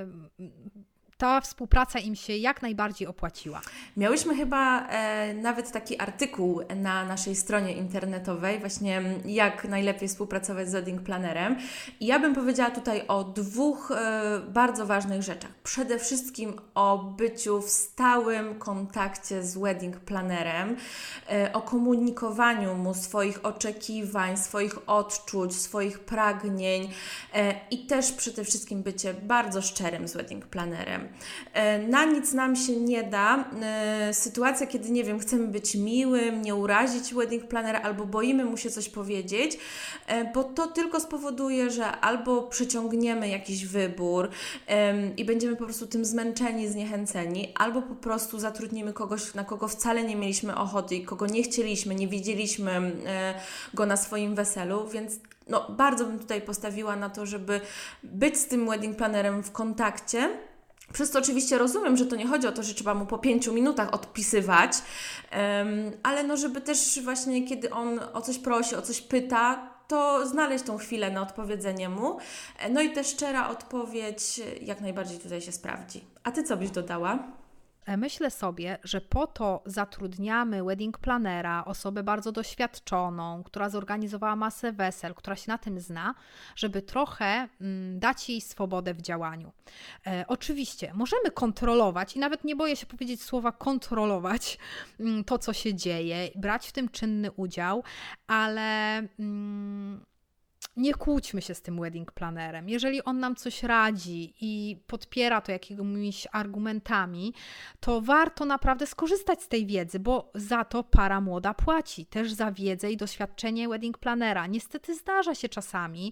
ta współpraca im się jak najbardziej opłaciła? Miałyśmy chyba e, nawet taki artykuł na naszej stronie internetowej, właśnie jak najlepiej współpracować z wedding plannerem. I ja bym powiedziała tutaj o dwóch e, bardzo ważnych rzeczach. Przede wszystkim o byciu w stałym kontakcie z wedding plannerem, e, o komunikowaniu mu swoich oczekiwań, swoich odczuć, swoich pragnień e, i też przede wszystkim bycie bardzo szczerym z wedding plannerem. Na nic nam się nie da sytuacja, kiedy, nie wiem, chcemy być miłym, nie urazić wedding plannera albo boimy mu się coś powiedzieć, bo to tylko spowoduje, że albo przyciągniemy jakiś wybór i będziemy po prostu tym zmęczeni, zniechęceni, albo po prostu zatrudnimy kogoś, na kogo wcale nie mieliśmy ochoty i kogo nie chcieliśmy, nie widzieliśmy go na swoim weselu, więc no, bardzo bym tutaj postawiła na to, żeby być z tym wedding plannerem w kontakcie. Przez to oczywiście rozumiem, że to nie chodzi o to, że trzeba mu po pięciu minutach odpisywać, um, ale no żeby też właśnie kiedy on o coś prosi, o coś pyta, to znaleźć tą chwilę na odpowiedzenie mu. No i też szczera odpowiedź jak najbardziej tutaj się sprawdzi. A Ty co byś dodała? Myślę sobie, że po to zatrudniamy wedding plannera, osobę bardzo doświadczoną, która zorganizowała masę wesel, która się na tym zna, żeby trochę mm, dać jej swobodę w działaniu. E, oczywiście możemy kontrolować i nawet nie boję się powiedzieć słowa kontrolować mm, to, co się dzieje, brać w tym czynny udział, ale mm, nie kłóćmy się z tym wedding plannerem. Jeżeli on nam coś radzi i podpiera to jakimiś argumentami, to warto naprawdę skorzystać z tej wiedzy, bo za to para młoda płaci. Też za wiedzę i doświadczenie wedding plannera. Niestety zdarza się czasami,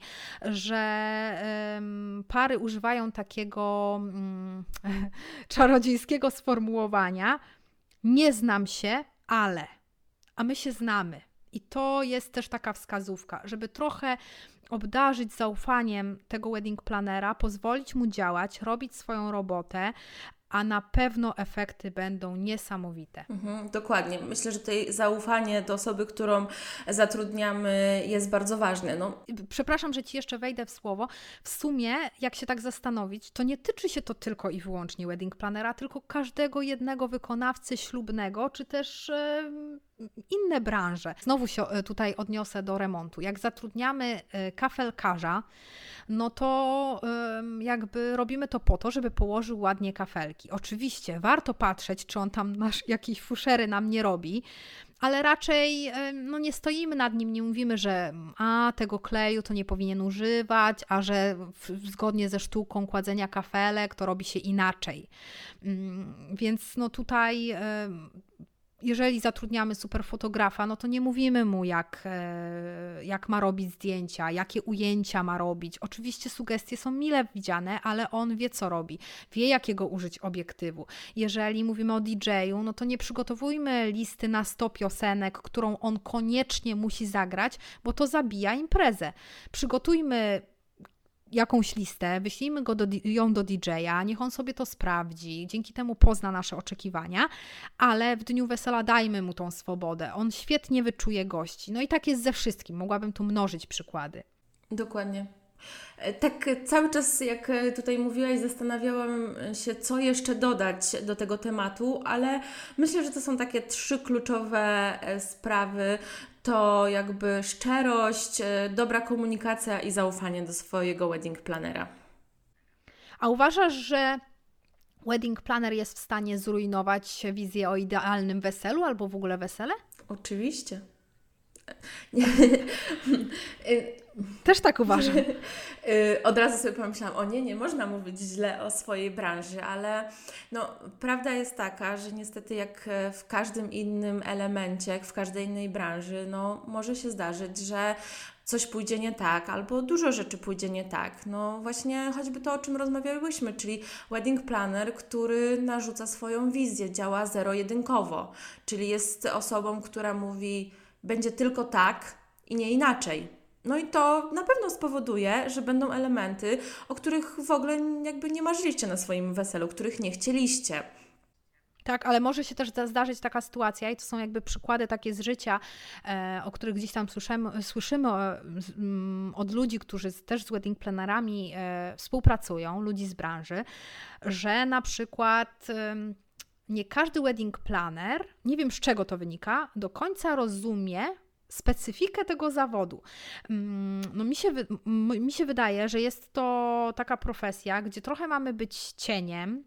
że um, pary używają takiego um, czarodziejskiego sformułowania: nie znam się, ale, a my się znamy. I to jest też taka wskazówka, żeby trochę obdarzyć zaufaniem tego wedding planera, pozwolić mu działać, robić swoją robotę, a na pewno efekty będą niesamowite. Mhm, dokładnie. Myślę, że tutaj zaufanie do osoby, którą zatrudniamy, jest bardzo ważne. No. Przepraszam, że Ci jeszcze wejdę w słowo. W sumie, jak się tak zastanowić, to nie tyczy się to tylko i wyłącznie wedding planera, tylko każdego jednego wykonawcy ślubnego, czy też e, inne branże. Znowu się tutaj odniosę do remontu. Jak zatrudniamy kafelkarza, no to jakby robimy to po to, żeby położył ładnie kafelki. Oczywiście warto patrzeć, czy on tam nasz, jakieś fuszery nam nie robi, ale raczej no, nie stoimy nad nim, nie mówimy, że a tego kleju to nie powinien używać, a że w, zgodnie ze sztuką kładzenia kafelek to robi się inaczej. Więc no tutaj jeżeli zatrudniamy superfotografa, no to nie mówimy mu, jak, jak ma robić zdjęcia, jakie ujęcia ma robić. Oczywiście sugestie są mile widziane, ale on wie, co robi. Wie, jakiego użyć obiektywu. Jeżeli mówimy o D J-u, no to nie przygotowujmy listy na sto piosenek, którą on koniecznie musi zagrać, bo to zabija imprezę. Przygotujmy jakąś listę, wyślijmy go do, ją do D J-a, niech on sobie to sprawdzi, dzięki temu pozna nasze oczekiwania, ale w dniu wesela dajmy mu tą swobodę. On świetnie wyczuje gości. No i tak jest ze wszystkim. Mogłabym tu mnożyć przykłady. Dokładnie. Tak cały czas, jak tutaj mówiłaś, zastanawiałam się, co jeszcze dodać do tego tematu, ale myślę, że to są takie trzy kluczowe sprawy. To jakby szczerość, dobra komunikacja i zaufanie do swojego wedding planera. A uważasz, że wedding planner jest w stanie zrujnować wizję o idealnym weselu albo w ogóle wesele? Oczywiście. Też tak uważam. Od razu sobie pomyślałam, o nie, nie można mówić źle o swojej branży, ale no, prawda jest taka, że niestety jak w każdym innym elemencie, jak w każdej innej branży, no może się zdarzyć, że coś pójdzie nie tak, albo dużo rzeczy pójdzie nie tak. No właśnie choćby to, o czym rozmawiałyśmy, czyli wedding planner, który narzuca swoją wizję, działa zero-jedynkowo, czyli jest osobą, która mówi, będzie tylko tak i nie inaczej. No i to na pewno spowoduje, że będą elementy, o których w ogóle jakby nie marzyliście na swoim weselu, których nie chcieliście. Tak, ale może się też zdarzyć taka sytuacja i to są jakby przykłady takie z życia, e, o których gdzieś tam słyszymy, słyszymy o, m, od ludzi, którzy też z wedding plannerami e, współpracują, ludzi z branży, że na przykład e, nie każdy wedding planner, nie wiem z czego to wynika, do końca rozumie specyfikę tego zawodu. No mi się, mi się wydaje, że jest to taka profesja, gdzie trochę mamy być cieniem.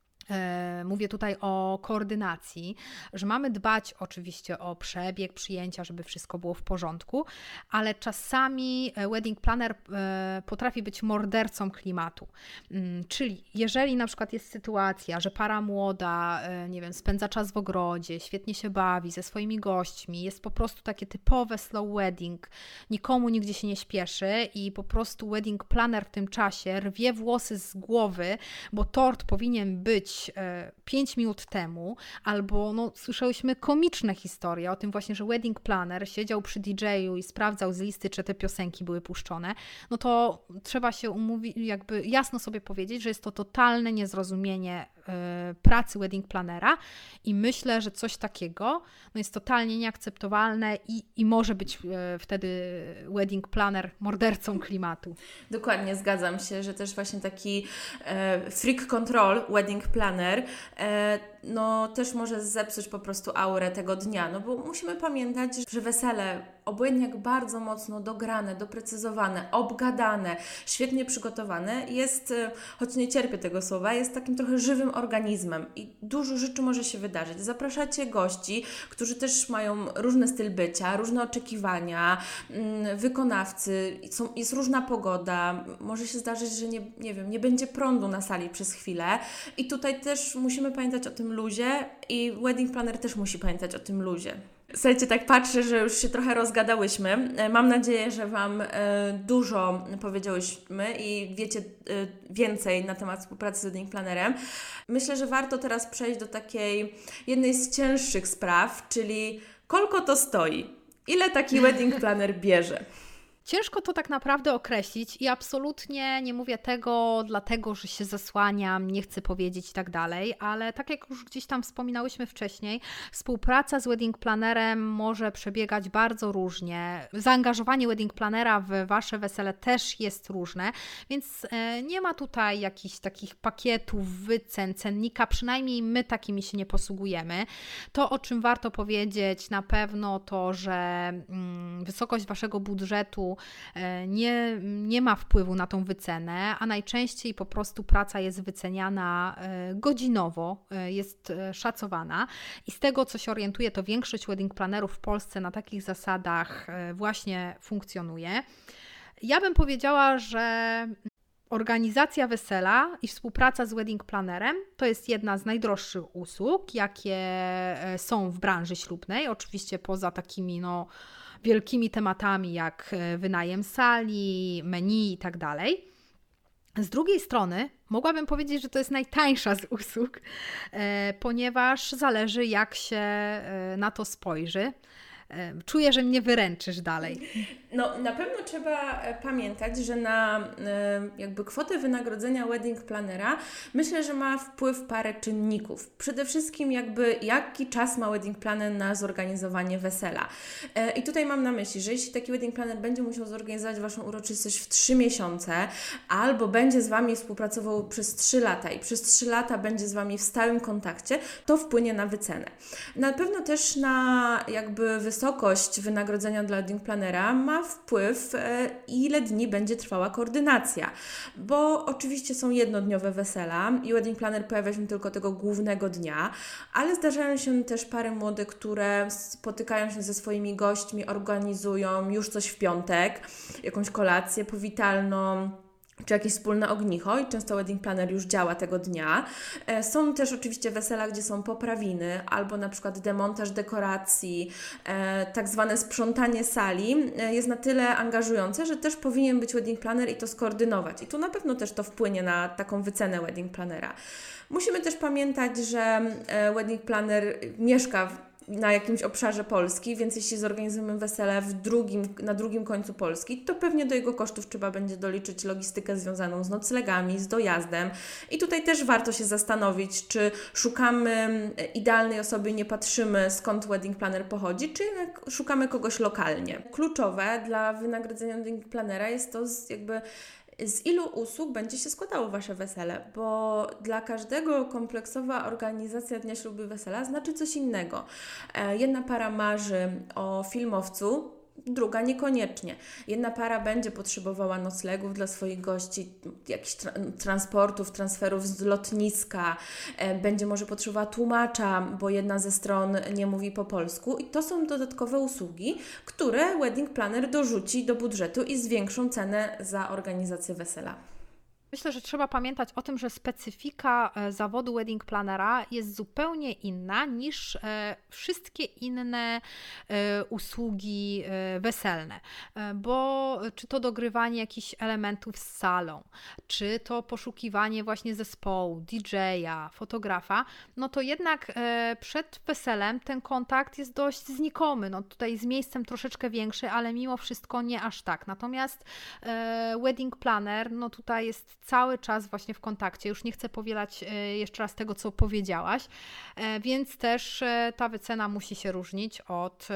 Mówię tutaj o koordynacji, że mamy dbać oczywiście o przebieg przyjęcia, żeby wszystko było w porządku, ale czasami wedding planner potrafi być mordercą klimatu. Czyli jeżeli na przykład jest sytuacja, że para młoda, nie wiem, spędza czas w ogrodzie, świetnie się bawi ze swoimi gośćmi, jest po prostu takie typowe slow wedding, nikomu nigdzie się nie śpieszy i po prostu wedding planner w tym czasie rwie włosy z głowy, bo tort powinien być pięć minut temu, albo no, słyszałyśmy komiczne historie o tym właśnie, że wedding planner siedział przy D J-u i sprawdzał z listy, czy te piosenki były puszczone, no to trzeba się umówić, jakby jasno sobie powiedzieć, że jest to totalne niezrozumienie y, pracy wedding planera i myślę, że coś takiego no, jest totalnie nieakceptowalne i, i może być y, wtedy wedding planner mordercą klimatu. Dokładnie, zgadzam się, że też właśnie taki e, freak control wedding planner e, no też może zepsuć po prostu aurę tego dnia, no bo musimy pamiętać, że wesele, obojętnie jak bardzo mocno dograne, doprecyzowane, obgadane, świetnie przygotowane, jest, choć nie cierpię tego słowa, jest takim trochę żywym organizmem i dużo rzeczy może się wydarzyć. Zapraszacie gości, którzy też mają różny styl bycia, różne oczekiwania, wykonawcy, są, jest różna pogoda, może się zdarzyć, że nie, nie wiem, nie będzie prądu na sali przez chwilę i tutaj też musimy pamiętać o tym luzie i wedding planner też musi pamiętać o tym luzie. Słuchajcie, tak patrzę, że już się trochę rozgadałyśmy. Mam nadzieję, że Wam dużo powiedziałyśmy i wiecie więcej na temat współpracy z wedding plannerem. Myślę, że warto teraz przejść do takiej jednej z cięższych spraw, czyli koliko to stoi? Ile taki wedding planner bierze? Ciężko to tak naprawdę określić i absolutnie nie mówię tego dlatego, że się zasłaniam, nie chcę powiedzieć i tak dalej, ale tak jak już gdzieś tam wspominałyśmy wcześniej, współpraca z wedding planerem może przebiegać bardzo różnie. Zaangażowanie wedding planera w Wasze wesele też jest różne, więc nie ma tutaj jakichś takich pakietów, wycen, cennika, przynajmniej my takimi się nie posługujemy. To, o czym warto powiedzieć, na pewno to, że mm, wysokość Waszego budżetu nie, nie ma wpływu na tą wycenę, a najczęściej po prostu praca jest wyceniana godzinowo, jest szacowana i z tego, co się orientuję, to większość wedding planerów w Polsce na takich zasadach właśnie funkcjonuje. Ja bym powiedziała, że organizacja wesela i współpraca z wedding planerem to jest jedna z najdroższych usług, jakie są w branży ślubnej, oczywiście poza takimi no wielkimi tematami jak wynajem sali, menu i tak dalej. Z drugiej strony mogłabym powiedzieć, że to jest najtańsza z usług, ponieważ zależy jak się na to spojrzy. Czuję, że mnie wyręczysz dalej. No, na pewno trzeba pamiętać, że na jakby kwotę wynagrodzenia wedding planera myślę, że ma wpływ parę czynników. Przede wszystkim jakby jaki czas ma wedding planner na zorganizowanie wesela. I tutaj mam na myśli, że jeśli taki wedding planner będzie musiał zorganizować Waszą uroczystość w trzy miesiące albo będzie z Wami współpracował przez trzy lata i przez trzy lata będzie z Wami w stałym kontakcie, to wpłynie na wycenę. Na pewno też na jakby wysokość wynagrodzenia dla wedding planera ma wpływ, ile dni będzie trwała koordynacja, bo oczywiście są jednodniowe wesela i wedding planner pojawia się tylko tego głównego dnia, ale zdarzają się też pary młode, które spotykają się ze swoimi gośćmi, organizują już coś w piątek, jakąś kolację powitalną, czy jakieś wspólne ognicho i często wedding planner już działa tego dnia. Są też oczywiście wesela, gdzie są poprawiny albo na przykład demontaż dekoracji, tak zwane sprzątanie sali jest na tyle angażujące, że też powinien być wedding planner i to skoordynować. I tu na pewno też to wpłynie na taką wycenę wedding plannera. Musimy też pamiętać, że wedding planner mieszka w na jakimś obszarze Polski, więc jeśli zorganizujemy wesele w drugim, na drugim końcu Polski, to pewnie do jego kosztów trzeba będzie doliczyć logistykę związaną z noclegami, z dojazdem i tutaj też warto się zastanowić, czy szukamy idealnej osoby i nie patrzymy skąd wedding planner pochodzi, czy szukamy kogoś lokalnie. Kluczowe dla wynagrodzenia wedding plannera jest to jakby z ilu usług będzie się składało Wasze wesele, bo dla każdego kompleksowa organizacja Dnia Ślubu i Wesela znaczy coś innego. Jedna para marzy o filmowcu, druga niekoniecznie. Jedna para będzie potrzebowała noclegów dla swoich gości, jakichś tra- transportów, transferów z lotniska, e, będzie może potrzebowała tłumacza, bo jedna ze stron nie mówi po polsku i to są dodatkowe usługi, które wedding planner dorzuci do budżetu i zwiększą cenę za organizację wesela. Myślę, że trzeba pamiętać o tym, że specyfika zawodu wedding plannera jest zupełnie inna niż wszystkie inne usługi weselne, bo czy to dogrywanie jakichś elementów z salą, czy to poszukiwanie właśnie zespołu, D J-a, fotografa, no to jednak przed weselem ten kontakt jest dość znikomy, no tutaj z miejscem troszeczkę większy, ale mimo wszystko nie aż tak. Natomiast wedding planner, no tutaj jest cały czas właśnie w kontakcie. Już nie chcę powielać jeszcze raz tego, co powiedziałaś, więc też ta wycena musi się różnić od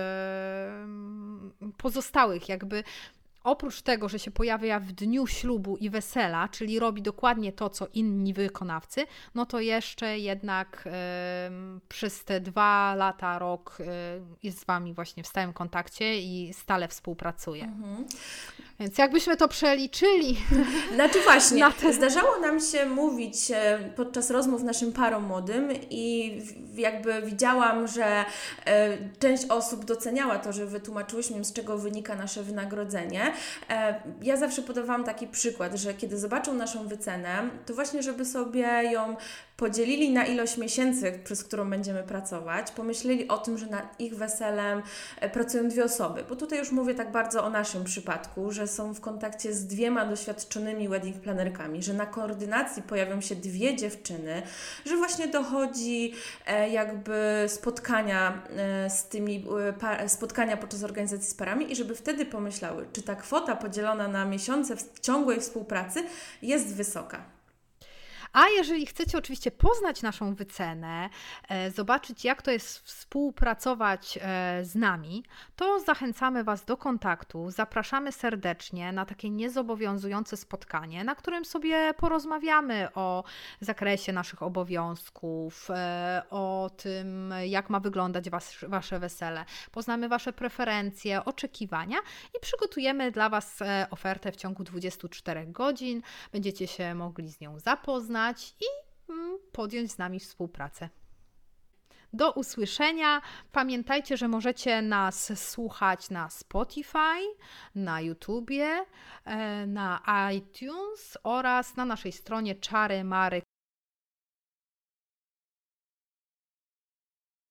pozostałych jakby. Oprócz tego, że się pojawia w dniu ślubu i wesela, czyli robi dokładnie to, co inni wykonawcy, no to jeszcze jednak y, przez te dwa lata, rok y, jest z Wami właśnie w stałym kontakcie i stale współpracuje. Mhm. Więc jakbyśmy to przeliczyli... Znaczy właśnie, ten... zdarzało nam się mówić podczas rozmów naszym parom młodym i jakby widziałam, że część osób doceniała to, że wytłumaczyłyśmy im, z czego wynika nasze wynagrodzenie. Ja zawsze podawałam taki przykład, że kiedy zobaczą naszą wycenę, to właśnie żeby sobie ją podzielili na ilość miesięcy, przez którą będziemy pracować, pomyśleli o tym, że nad ich weselem pracują dwie osoby, bo tutaj już mówię tak bardzo o naszym przypadku, że są w kontakcie z dwiema doświadczonymi wedding planerkami, że na koordynacji pojawią się dwie dziewczyny, że właśnie dochodzi jakby spotkania z tymi, spotkania podczas organizacji z parami i żeby wtedy pomyślały, czy ta kwota podzielona na miesiące w ciągłej współpracy jest wysoka. A jeżeli chcecie oczywiście poznać naszą wycenę, e, zobaczyć jak to jest współpracować e, z nami, to zachęcamy Was do kontaktu, zapraszamy serdecznie na takie niezobowiązujące spotkanie, na którym sobie porozmawiamy o zakresie naszych obowiązków, e, o tym jak ma wyglądać was, Wasze wesele, poznamy Wasze preferencje, oczekiwania i przygotujemy dla Was e, ofertę w ciągu dwudziestu czterech godzin, będziecie się mogli z nią zapoznać i podjąć z nami współpracę. Do usłyszenia. Pamiętajcie, że możecie nas słuchać na Spotify, na YouTubie, na iTunes oraz na naszej stronie czary mary